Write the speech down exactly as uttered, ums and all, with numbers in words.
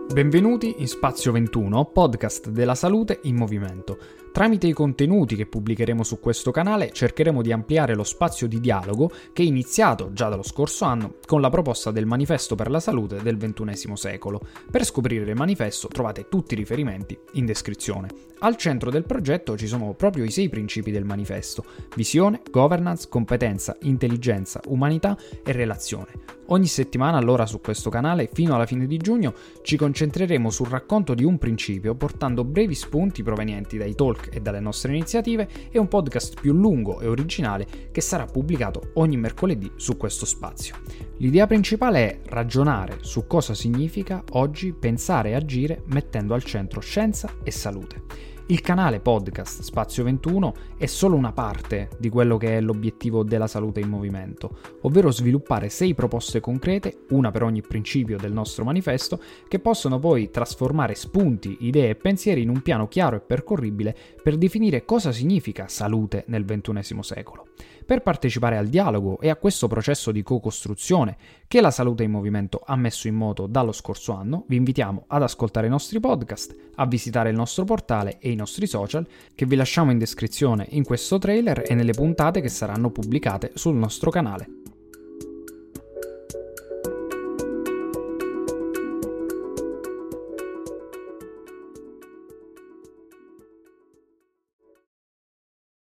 Benvenuti in Spazio ventuno, podcast della salute in movimento. Tramite i contenuti che pubblicheremo su questo canale cercheremo di ampliare lo spazio di dialogo che è iniziato già dallo scorso anno con la proposta del Manifesto per la Salute del ventunesimo secolo. Per scoprire il manifesto trovate tutti i riferimenti in descrizione. Al centro del progetto ci sono proprio i sei principi del manifesto: visione, governance, competenza, intelligenza, umanità e relazione. Ogni settimana allora su questo canale, fino alla fine di giugno, ci concentreremo sul racconto di un principio portando brevi spunti provenienti dai talk e dalle nostre iniziative e un podcast più lungo e originale che sarà pubblicato ogni mercoledì su questo spazio. L'idea principale è ragionare su cosa significa oggi pensare e agire mettendo al centro scienza e salute. Il canale podcast Spazio ventuno è solo una parte di quello che è l'obiettivo della salute in movimento, ovvero sviluppare sei proposte concrete, una per ogni principio del nostro manifesto, che possono poi trasformare spunti, idee e pensieri in un piano chiaro e percorribile per definire cosa significa salute nel ventunesimo secolo. Per partecipare al dialogo e a questo processo di co-costruzione che la Salute in Movimento ha messo in moto dallo scorso anno, vi invitiamo ad ascoltare i nostri podcast, a visitare il nostro portale e i nostri social, che vi lasciamo in descrizione in questo trailer e nelle puntate che saranno pubblicate sul nostro canale.